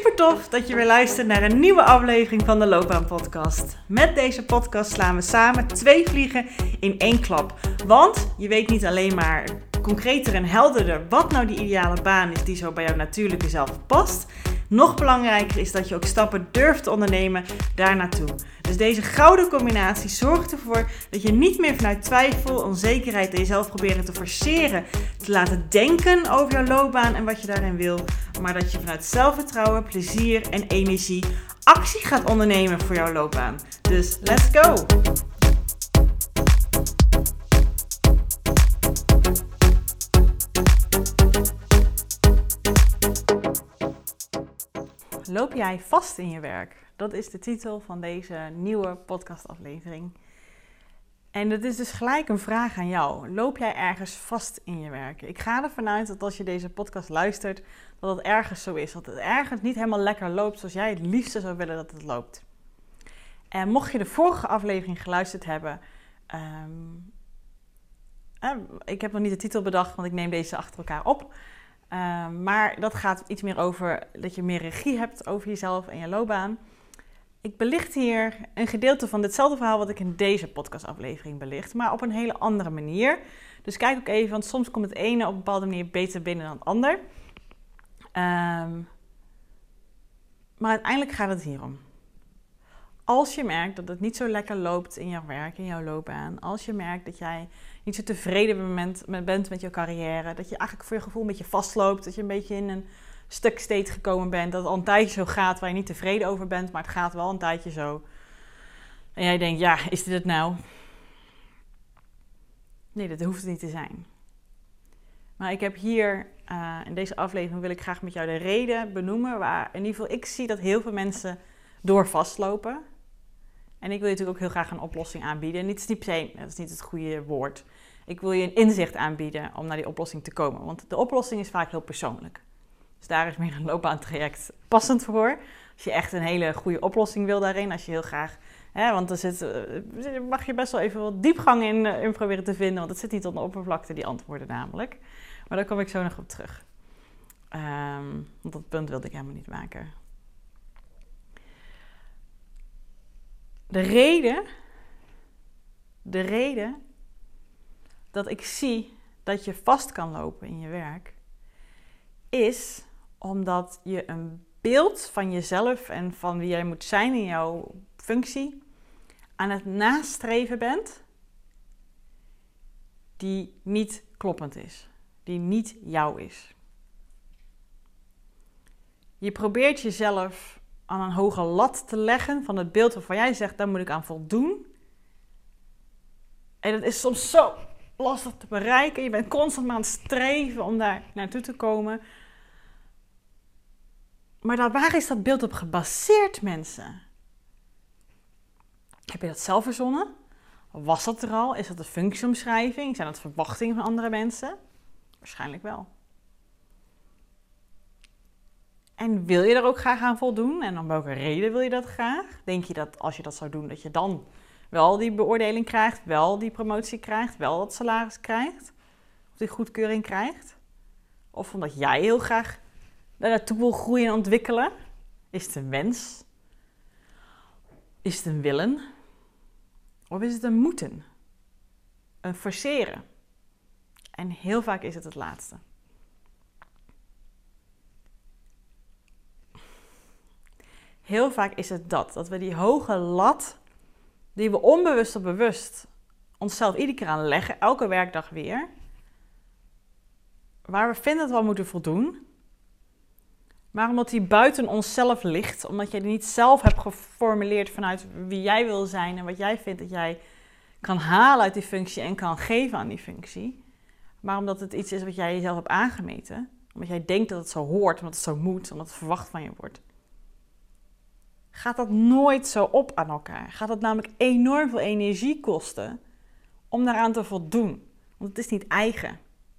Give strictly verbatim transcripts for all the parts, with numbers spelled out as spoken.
Super tof dat je weer luistert naar een nieuwe aflevering van de Loopbaan Podcast. Met deze podcast slaan we samen twee vliegen in één klap. Want je weet niet alleen maar concreter en helderder wat nou die ideale baan is die zo bij jouw natuurlijke zelf past. Nog belangrijker is dat je ook stappen durft te ondernemen daar naartoe. Dus deze gouden combinatie zorgt ervoor dat je niet meer vanuit twijfel, onzekerheid en jezelf proberen te forceren, te laten denken over jouw loopbaan en wat je daarin wil, maar dat je vanuit zelfvertrouwen, plezier en energie actie gaat ondernemen voor jouw loopbaan. Dus let's go! Loop jij vast in je werk? Dat is de titel van deze nieuwe podcastaflevering. En dat is dus gelijk een vraag aan jou. Loop jij ergens vast in je werk? Ik ga ervan uit dat als je deze podcast luistert, dat het ergens zo is. Dat het ergens niet helemaal lekker loopt zoals jij het liefste zou willen dat het loopt. En mocht je de vorige aflevering geluisterd hebben, um, eh, ik heb nog niet de titel bedacht, want ik neem deze achter elkaar op. Uh, maar dat gaat iets meer over dat je meer regie hebt over jezelf en je loopbaan. Ik belicht hier een gedeelte van ditzelfde verhaal wat ik in deze podcastaflevering belicht, maar op een hele andere manier. Dus kijk ook even, want soms komt het ene op een bepaalde manier beter binnen dan het ander. Um, maar uiteindelijk gaat het hierom. Als je merkt dat het niet zo lekker loopt in jouw werk, in jouw loopbaan. Als je merkt dat jij niet zo tevreden bent met je carrière. Dat je eigenlijk voor je gevoel een beetje vastloopt. Dat je een beetje in een stuk state gekomen bent. Dat het al een tijdje zo gaat waar je niet tevreden over bent. Maar het gaat wel een tijdje zo. En jij denkt, ja, is dit het nou? Nee, dat hoeft het niet te zijn. Maar ik heb hier, uh, in deze aflevering wil ik graag met jou de reden benoemen. Waar in ieder geval ik zie dat heel veel mensen door vastlopen. En ik wil je natuurlijk ook heel graag een oplossing aanbieden. En dit is niet per se, dat is niet het goede woord. Ik wil je een inzicht aanbieden om naar die oplossing te komen. Want de oplossing is vaak heel persoonlijk. Dus daar is meer een loopbaantraject passend voor. Als je echt een hele goede oplossing wil daarin. Als je heel graag, hè, want er zit, mag je best wel even wat diepgang in, in proberen te vinden. Want het zit niet op de oppervlakte, die antwoorden namelijk. Maar daar kom ik zo nog op terug. Um, want dat punt wilde ik helemaal niet maken. De reden, de reden dat ik zie dat je vast kan lopen in je werk, is omdat je een beeld van jezelf en van wie jij moet zijn in jouw functie aan het nastreven bent, die niet kloppend is, die niet jou is. Je probeert jezelf aan een hoge lat te leggen van het beeld waarvan jij zegt, daar moet ik aan voldoen. En dat is soms zo lastig te bereiken. Je bent constant aan het streven om daar naartoe te komen. Maar daar, waar is dat beeld op gebaseerd, mensen? Heb je dat zelf verzonnen? Was dat er al? Is dat een functieomschrijving? Zijn dat verwachtingen van andere mensen? Waarschijnlijk wel. En wil je er ook graag aan voldoen? En om welke reden wil je dat graag? Denk je dat als je dat zou doen, dat je dan wel die beoordeling krijgt, wel die promotie krijgt, wel dat salaris krijgt? Of die goedkeuring krijgt? Of omdat jij heel graag daar naartoe wil groeien en ontwikkelen? Is het een wens? Is het een willen? Of is het een moeten? Een forceren? En heel vaak is het het laatste. Heel vaak is het dat, dat we die hoge lat, die we onbewust of bewust onszelf iedere keer aan leggen, elke werkdag weer, waar we vinden dat we moeten voldoen, maar omdat die buiten onszelf ligt, omdat je die niet zelf hebt geformuleerd vanuit wie jij wil zijn en wat jij vindt dat jij kan halen uit die functie en kan geven aan die functie, maar omdat het iets is wat jij jezelf hebt aangemeten, omdat jij denkt dat het zo hoort, omdat het zo moet, omdat het verwacht van je wordt, gaat dat nooit zo op aan elkaar. Gaat dat namelijk enorm veel energie kosten om daaraan te voldoen. Want het is niet eigen.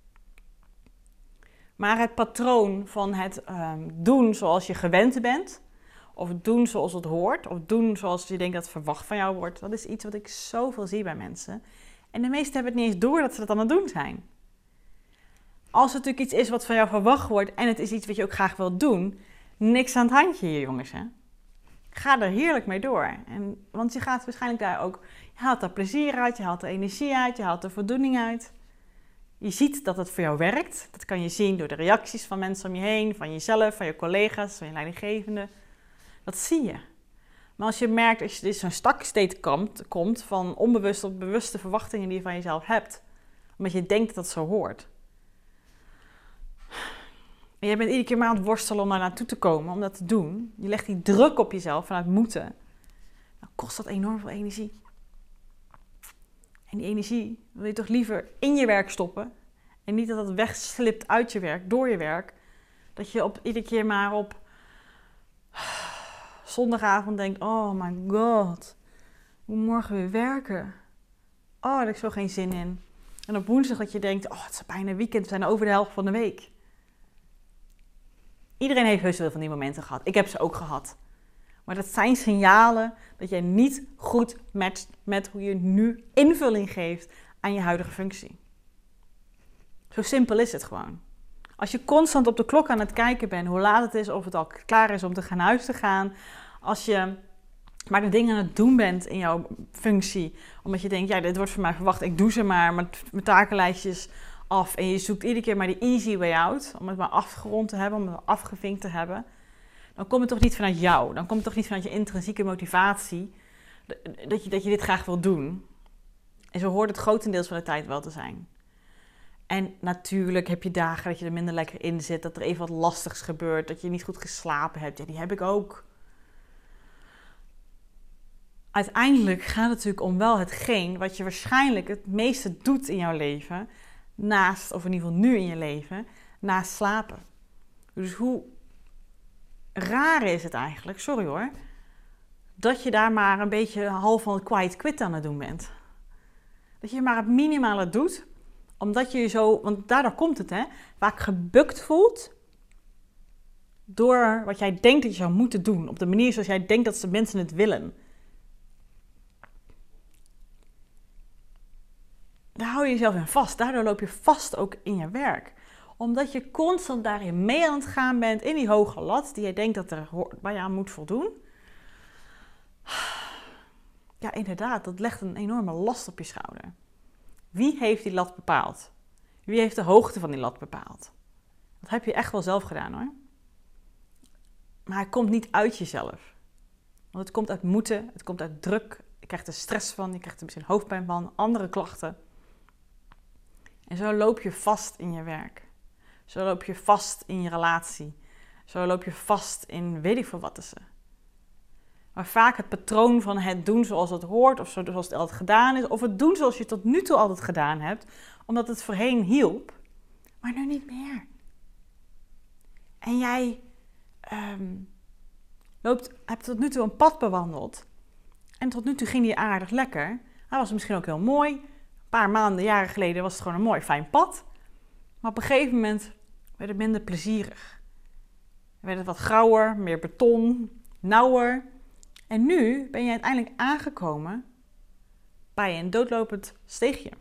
Maar het patroon van het um, doen zoals je gewend bent, of doen zoals het hoort, of doen zoals je denkt dat het verwacht van jou wordt, dat is iets wat ik zoveel zie bij mensen. En de meesten hebben het niet eens door dat ze dat aan het doen zijn. Als het natuurlijk iets is wat van jou verwacht wordt en het is iets wat je ook graag wilt doen, niks aan het handje hier, jongens. Hè? Ga er heerlijk mee door. En, want je gaat waarschijnlijk daar ook... Je haalt er plezier uit, je haalt er energie uit, je haalt er voldoening uit. Je ziet dat het voor jou werkt. Dat kan je zien door de reacties van mensen om je heen, van jezelf, van je collega's, van je leidinggevende. Dat zie je. Maar als je merkt, als je dit zo'n stak steeds komt, komt van onbewuste of bewuste verwachtingen die je van jezelf hebt, omdat je denkt dat dat zo hoort. En je bent iedere keer maar aan het worstelen om daar naartoe te komen, om dat te doen. Je legt die druk op jezelf vanuit moeten. Dan kost dat enorm veel energie. En die energie wil je toch liever in je werk stoppen. En niet dat het wegslipt uit je werk, door je werk. Dat je op, iedere keer maar op zondagavond denkt, oh my god, ik moet morgen weer werken. Oh, daar heb ik zo geen zin in. En op woensdag dat je denkt, oh, het is bijna weekend, we zijn over de helft van de week. Iedereen heeft heus wel van die momenten gehad. Ik heb ze ook gehad. Maar dat zijn signalen dat jij niet goed matcht met hoe je nu invulling geeft aan je huidige functie. Zo simpel is het gewoon. Als je constant op de klok aan het kijken bent, hoe laat het is, of het al klaar is om te gaan huis te gaan. Als je maar de dingen aan het doen bent in jouw functie, omdat je denkt, ja, dit wordt van mij verwacht, ik doe ze maar, met mijn takenlijstjes af. En je zoekt iedere keer maar die easy way out, om het maar afgerond te hebben, om het afgevinkt te hebben. Dan komt het toch niet vanuit jou. Dan komt het toch niet vanuit je intrinsieke motivatie dat je, dat je dit graag wil doen. En zo hoort het grotendeels van de tijd wel te zijn. En natuurlijk heb je dagen dat je er minder lekker in zit, dat er even wat lastigs gebeurt, dat je niet goed geslapen hebt. Ja, die heb ik ook. Uiteindelijk gaat het natuurlijk om wel hetgeen wat je waarschijnlijk het meeste doet in jouw leven, naast, of in ieder geval nu in je leven, naast slapen. Dus hoe raar is het eigenlijk, sorry hoor, dat je daar maar een beetje half van het quiet quit aan het doen bent. Dat je maar het minimale doet, omdat je je zo, want daardoor komt het hè, vaak gebukt voelt door wat jij denkt dat je zou moeten doen, op de manier zoals jij denkt dat de mensen het willen. Daar hou je jezelf in vast, daardoor loop je vast ook in je werk. Omdat je constant daarin mee aan het gaan bent, in die hoge lat die je denkt dat er, waar je aan moet voldoen. Ja, inderdaad, dat legt een enorme last op je schouder. Wie heeft die lat bepaald? Wie heeft de hoogte van die lat bepaald? Dat heb je echt wel zelf gedaan hoor. Maar het komt niet uit jezelf. Want het komt uit moeten, het komt uit druk. Je krijgt er stress van, je krijgt er misschien hoofdpijn van, andere klachten. En zo loop je vast in je werk. Zo loop je vast in je relatie. Zo loop je vast in weet ik veel wat is er. Maar vaak het patroon van het doen zoals het hoort, of zoals het altijd gedaan is, of het doen zoals je tot nu toe altijd gedaan hebt, omdat het voorheen hielp, maar nu niet meer. En jij um, loopt, hebt tot nu toe een pad bewandeld. En tot nu toe ging die aardig lekker. Hij was misschien ook heel mooi. Een paar maanden, jaren geleden was het gewoon een mooi, fijn pad. Maar op een gegeven moment werd het minder plezierig. Werd het wat grauwer, meer beton, nauwer. En nu ben je uiteindelijk aangekomen bij een doodlopend steegje.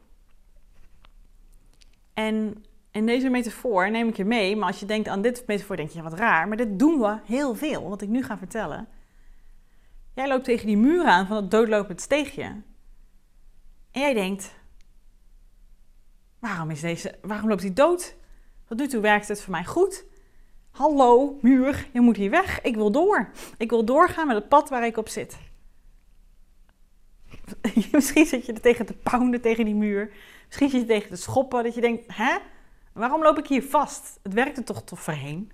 En in deze metafoor neem ik je mee, maar als je denkt aan dit metafoor, denk je, ja, wat raar. Maar dit doen we heel veel, wat ik nu ga vertellen. Jij loopt tegen die muur aan van het doodlopend steegje. En jij denkt, waarom, is deze, waarom loopt hij dood? Tot nu toe werkt het voor mij goed. Hallo, muur, je moet hier weg. Ik wil door. Ik wil doorgaan met het pad waar ik op zit. Misschien zit je er tegen te pounden tegen die muur. Misschien zit je tegen te schoppen. Dat je denkt, hè? Waarom loop ik hier vast? Het werkte toch toch voorheen?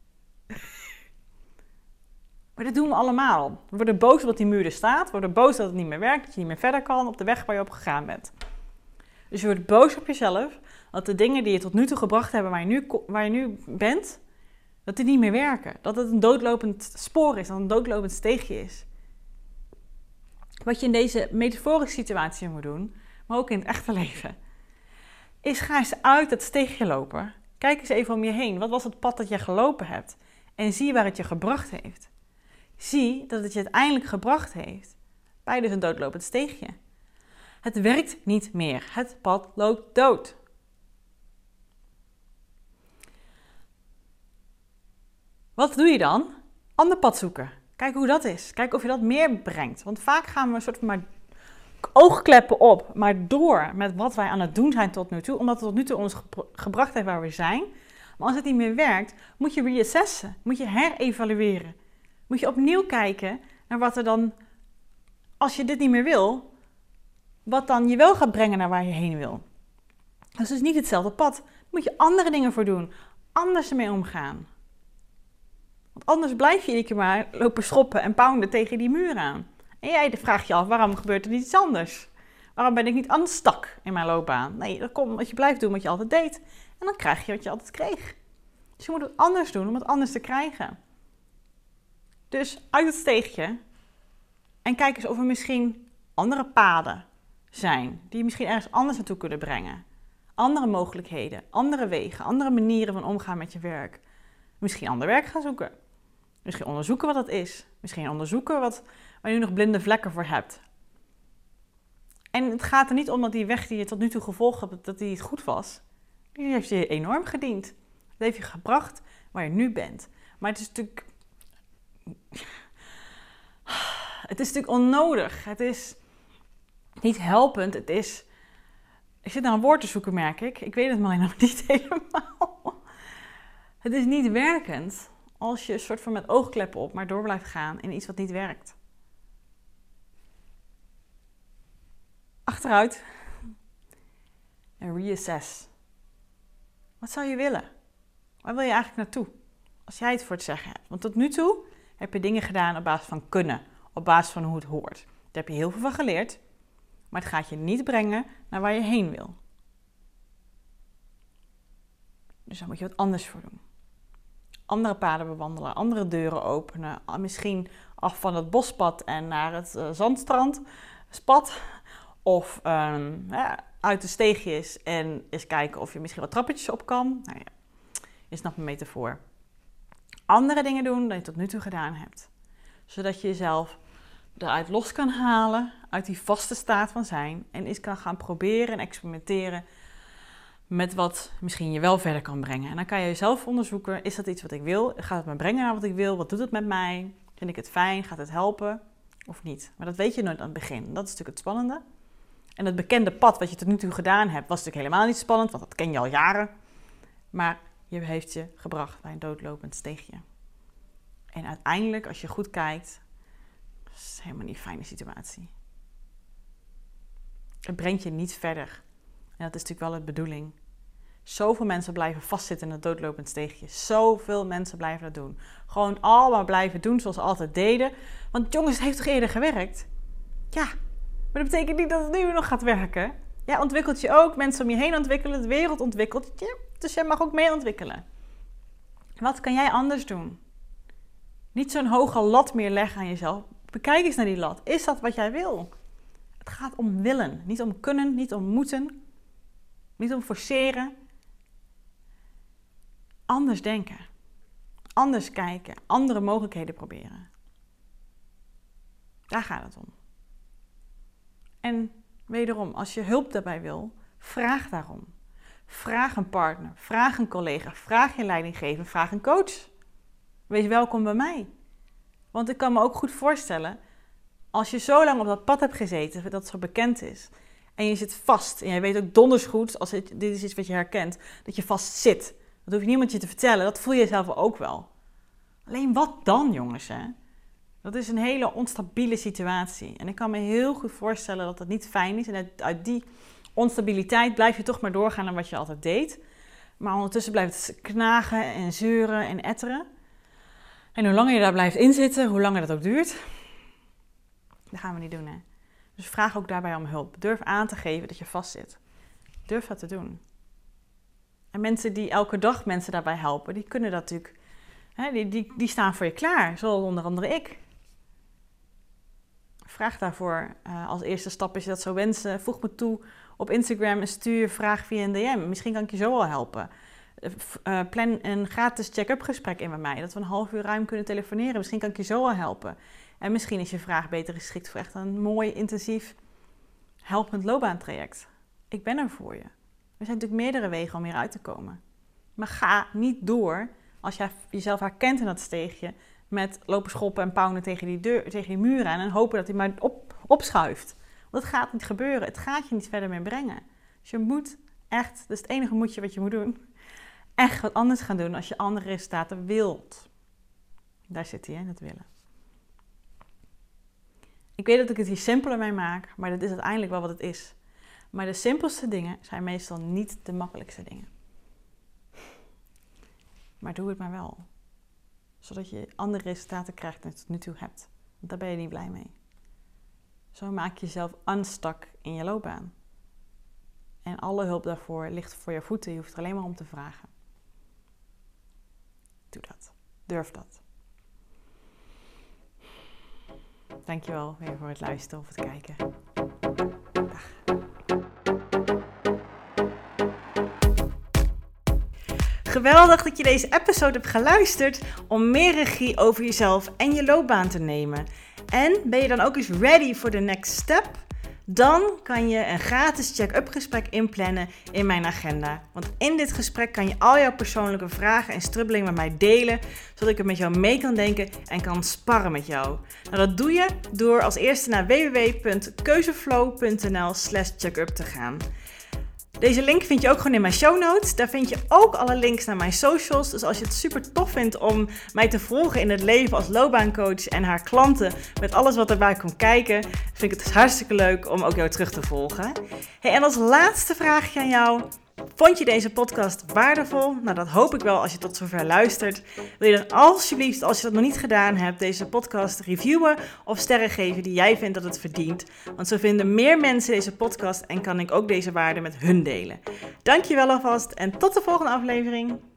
Maar dat doen we allemaal. We worden boos omdat die muur er staat. We worden boos dat het niet meer werkt. Dat je niet meer verder kan op de weg waar je op gegaan bent. Dus je wordt boos op jezelf. Dat de dingen die je tot nu toe gebracht hebben waar je nu, waar je nu bent, dat die niet meer werken. Dat het een doodlopend spoor is. Dat het een doodlopend steegje is. Wat je in deze metaforische situatie moet doen, maar ook in het echte leven, is ga eens uit dat steegje lopen. Kijk eens even om je heen. Wat was het pad dat je gelopen hebt? En zie waar het je gebracht heeft. Zie dat het je uiteindelijk gebracht heeft bij dus een doodlopend steegje. Het werkt niet meer. Het pad loopt dood. Wat doe je dan? Ander pad zoeken. Kijk hoe dat is. Kijk of je dat meer brengt. Want vaak gaan we een soort van maar oogkleppen op, maar door met wat wij aan het doen zijn tot nu toe, omdat het tot nu toe ons gebracht heeft waar we zijn. Maar als het niet meer werkt, moet je reassessen, moet je herevalueren. Moet je opnieuw kijken naar wat er dan, als je dit niet meer wil, wat dan je wel gaat brengen naar waar je heen wil. Dat is dus niet hetzelfde pad. Daar moet je andere dingen voor doen, anders ermee omgaan. Want anders blijf je iedere keer maar lopen schoppen en pounden tegen die muur aan. En jij vraagt je af, waarom gebeurt er niet iets anders? Waarom ben ik niet unstak in mijn loopbaan? Nee, dat komt omdat je blijft doen wat je altijd deed. En dan krijg je wat je altijd kreeg. Dus je moet het anders doen om het anders te krijgen. Dus uit het steegje. En kijk eens of er misschien andere paden zijn. Die je misschien ergens anders naartoe kunnen brengen. Andere mogelijkheden, andere wegen, andere manieren van omgaan met je werk. Misschien ander werk gaan zoeken. Misschien onderzoeken wat dat is. Misschien onderzoeken wat, waar je nu nog blinde vlekken voor hebt. En het gaat er niet om dat die weg die je tot nu toe gevolgd hebt, dat die het goed was. Die heeft je enorm gediend. Dat heeft je gebracht waar je nu bent. Maar het is natuurlijk... Het is natuurlijk onnodig. Het is niet helpend. Het is... Ik zit naar een woord te zoeken, merk ik. Ik weet het maar nog niet helemaal. Het is niet werkend als je een soort van met oogkleppen op maar door blijft gaan in iets wat niet werkt. Achteruit. En reassess. Wat zou je willen? Waar wil je eigenlijk naartoe? Als jij het voor het zeggen hebt. Want tot nu toe heb je dingen gedaan op basis van kunnen. Op basis van hoe het hoort. Daar heb je heel veel van geleerd. Maar het gaat je niet brengen naar waar je heen wil. Dus daar moet je wat anders voor doen. Andere paden bewandelen, andere deuren openen. Misschien af van het bospad en naar het uh, zandstrand, spad. Of um, ja, uit de steegjes en eens kijken of je misschien wat trappetjes op kan. Nou ja, je snapt mijn metafoor. Andere dingen doen dan je tot nu toe gedaan hebt. Zodat je jezelf eruit los kan halen, uit die vaste staat van zijn. En eens kan gaan proberen en experimenteren met wat misschien je wel verder kan brengen. En dan kan je jezelf onderzoeken, is dat iets wat ik wil? Gaat het me brengen naar wat ik wil? Wat doet het met mij? Vind ik het fijn? Gaat het helpen? Of niet? Maar dat weet je nooit aan het begin. Dat is natuurlijk het spannende. En het bekende pad wat je tot nu toe gedaan hebt, was natuurlijk helemaal niet spannend, want dat ken je al jaren. Maar je heeft je gebracht bij een doodlopend steegje. En uiteindelijk, als je goed kijkt, is het helemaal niet een fijne situatie. Het brengt je niet verder. En dat is natuurlijk wel de bedoeling. Zoveel mensen blijven vastzitten in het doodlopend steegje. Zoveel mensen blijven dat doen. Gewoon allemaal blijven doen zoals ze altijd deden. Want jongens, het heeft toch eerder gewerkt? Ja, maar dat betekent niet dat het nu nog gaat werken. Ja, ontwikkelt je ook. Mensen om je heen ontwikkelen. De wereld ontwikkelt je. Dus jij mag ook mee ontwikkelen. Wat kan jij anders doen? Niet zo'n hoge lat meer leggen aan jezelf. Bekijk eens naar die lat. Is dat wat jij wil? Het gaat om willen. Niet om kunnen, niet om moeten. Niet om forceren. Anders denken. Anders kijken. Andere mogelijkheden proberen. Daar gaat het om. En wederom, als je hulp daarbij wil, vraag daarom. Vraag een partner, vraag een collega, vraag je leidinggever, vraag een coach. Wees welkom bij mij. Want ik kan me ook goed voorstellen, als je zo lang op dat pad hebt gezeten, dat het zo bekend is, en je zit vast, en jij weet ook donders goed, als het, dit is iets wat je herkent, dat je vast zit. Dat hoeft niemand je te vertellen, dat voel je zelf ook wel. Alleen wat dan, jongens, hè? Dat is een hele onstabiele situatie. En ik kan me heel goed voorstellen dat dat niet fijn is. En uit, uit die onstabiliteit blijf je toch maar doorgaan naar wat je altijd deed. Maar ondertussen blijft het knagen en zeuren en etteren. En hoe langer je daar blijft inzitten, hoe langer dat ook duurt. Dat gaan we niet doen, hè. Dus vraag ook daarbij om hulp. Durf aan te geven dat je vastzit. Durf dat te doen. En mensen die elke dag mensen daarbij helpen, die kunnen dat natuurlijk... Hè, die, die, die staan voor je klaar, zoals onder andere ik. Vraag daarvoor uh, als eerste stap, als je dat zou wensen, voeg me toe op Instagram en stuur je vraag via een D M. Misschien kan ik je zo al helpen. Uh, plan een gratis check-up gesprek in met mij, dat we een half uur ruim kunnen telefoneren. Misschien kan ik je zo al helpen. En misschien is je vraag beter geschikt voor echt een mooi, intensief, helpend loopbaantraject. Ik ben er voor je. Er zijn natuurlijk meerdere wegen om hieruit te komen. Maar ga niet door, als jij jezelf herkent in dat steegje, met lopen schoppen en pouwen tegen die, deur, tegen die muren aan en hopen dat hij maar op, opschuift. Want dat gaat niet gebeuren. Het gaat je niet verder mee brengen. Dus je moet echt, dat is het enige moedje wat je moet doen, echt wat anders gaan doen als je andere resultaten wilt. Daar zit hij, hè, dat willen. Ik weet dat ik het hier simpeler mee maak, maar dat is uiteindelijk wel wat het is. Maar de simpelste dingen zijn meestal niet de makkelijkste dingen. Maar doe het maar wel. Zodat je andere resultaten krijgt dan je tot nu toe hebt. Want daar ben je niet blij mee. Zo maak je jezelf unstuck in je loopbaan. En alle hulp daarvoor ligt voor je voeten. Je hoeft er alleen maar om te vragen. Doe dat. Durf dat. Dankjewel weer voor het luisteren of het kijken. Dag. Geweldig dat je deze episode hebt geluisterd om meer regie over jezelf en je loopbaan te nemen. En ben je dan ook eens ready for the next step? Dan kan je een gratis check-up gesprek inplannen in mijn agenda. Want in dit gesprek kan je al jouw persoonlijke vragen en strubbelingen met mij delen, zodat ik er met jou mee kan denken en kan sparren met jou. Nou, dat doe je door als eerste naar w w w punt keuzeflow punt n l slash checkup te gaan. Deze link vind je ook gewoon in mijn show notes. Daar vind je ook alle links naar mijn socials. Dus als je het super tof vindt om mij te volgen in het leven als loopbaancoach en haar klanten met alles wat erbij komt kijken, vind ik het hartstikke leuk om ook jou terug te volgen. Hey, en als laatste vraagje aan jou. Vond je deze podcast waardevol? Nou, dat hoop ik wel als je tot zover luistert. Wil je dan alsjeblieft, als je dat nog niet gedaan hebt, deze podcast reviewen of sterren geven die jij vindt dat het verdient? Want zo vinden meer mensen deze podcast en kan ik ook deze waarde met hun delen. Dankjewel alvast en tot de volgende aflevering.